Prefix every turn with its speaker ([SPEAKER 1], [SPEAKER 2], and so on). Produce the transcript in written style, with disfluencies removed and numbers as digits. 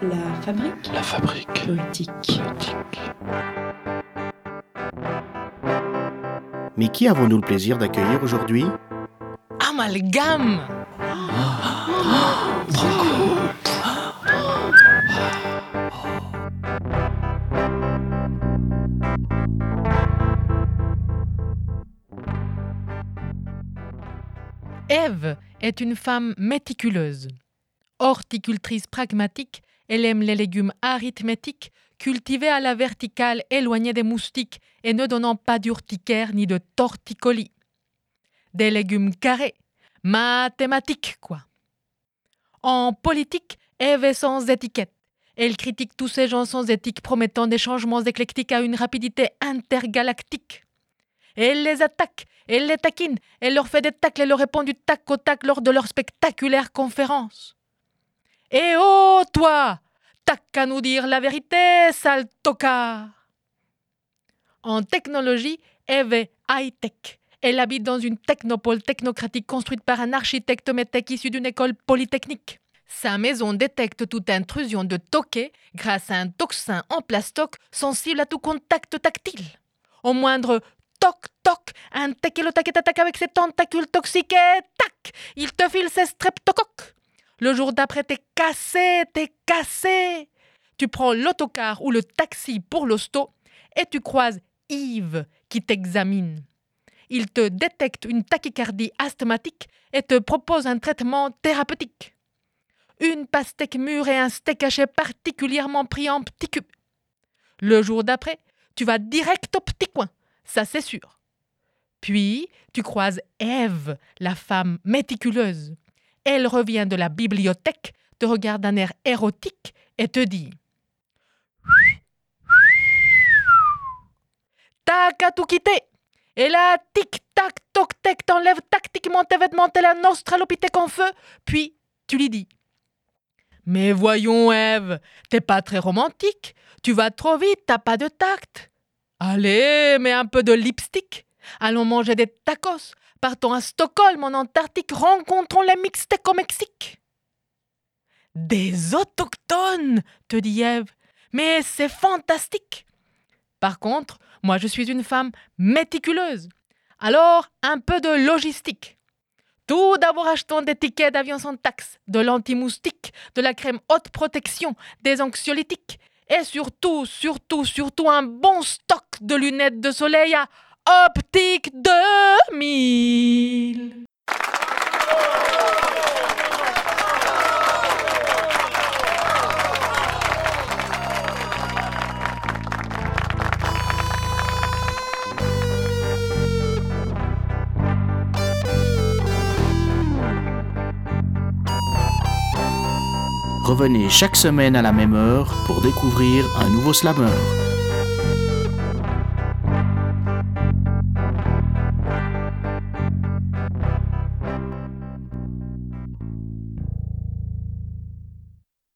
[SPEAKER 1] La fabrique.
[SPEAKER 2] La fabrique.
[SPEAKER 1] Poétique.
[SPEAKER 3] Mais qui avons-nous le plaisir d'accueillir aujourd'hui ?
[SPEAKER 4] Amalgame. Ève est une femme méticuleuse. Horticultrice pragmatique, elle aime les légumes arithmétiques, cultivés à la verticale, éloignés des moustiques et ne donnant pas d'urticaire ni de torticolis. Des légumes carrés, mathématiques quoi. En politique, Ève est sans étiquette. Elle critique tous ces gens sans éthique promettant des changements éclectiques à une rapidité intergalactique. Elle les attaque, elle les taquine, elle leur fait des tacles et leur répond du tac au tac lors de leur spectaculaire conférence. Eh oh, toi, t'as qu'à nous dire la vérité, sale tocard. En technologie, Ève est high-tech. Elle habite dans une technopole technocratique construite par un architecte métèque issu d'une école polytechnique. Sa maison détecte toute intrusion de toquet grâce à un toxin en plastoc sensible à tout contact tactile. Au moindre toc-toc, un tequelotac t'attaque avec ses tentacules toxiques et tac, il te file ses streptocoques. Le jour d'après, t'es cassé. Tu prends l'autocar ou le taxi pour l'hosto et tu croises Yves qui t'examine. Il te détecte une tachycardie asthmatique et te propose un traitement thérapeutique. Une pastèque mûre et un steak haché particulièrement pris en petits cubes. Le jour d'après, tu vas direct au petit coin, ça c'est sûr. Puis, tu croises Ève, la femme méticuleuse. Elle revient de la bibliothèque, te regarde d'un air érotique et te dit « T'as qu'à tout quitter. Et là, tic-tac, toc-tec, t'enlèves tactiquement tes vêtements tel un australopithèque en feu. Puis, tu lui dis « Mais voyons, Ève, t'es pas très romantique. Tu vas trop vite, t'as pas de tact. Allez, mets un peu de lipstick. Allons manger des tacos. Partons à Stockholm, en Antarctique. Rencontrons les mixtecs au Mexique. » Des autochtones, te dit Ève. Mais c'est fantastique. Par contre, moi je suis une femme méticuleuse. Alors, un peu de logistique. Tout d'abord achetons des tickets d'avion sans taxe, de l'anti-moustique, de la crème haute protection, des anxiolytiques et surtout un bon stock de lunettes de soleil à Optique 2000.
[SPEAKER 3] Revenez chaque semaine à la même heure pour découvrir un nouveau slammer.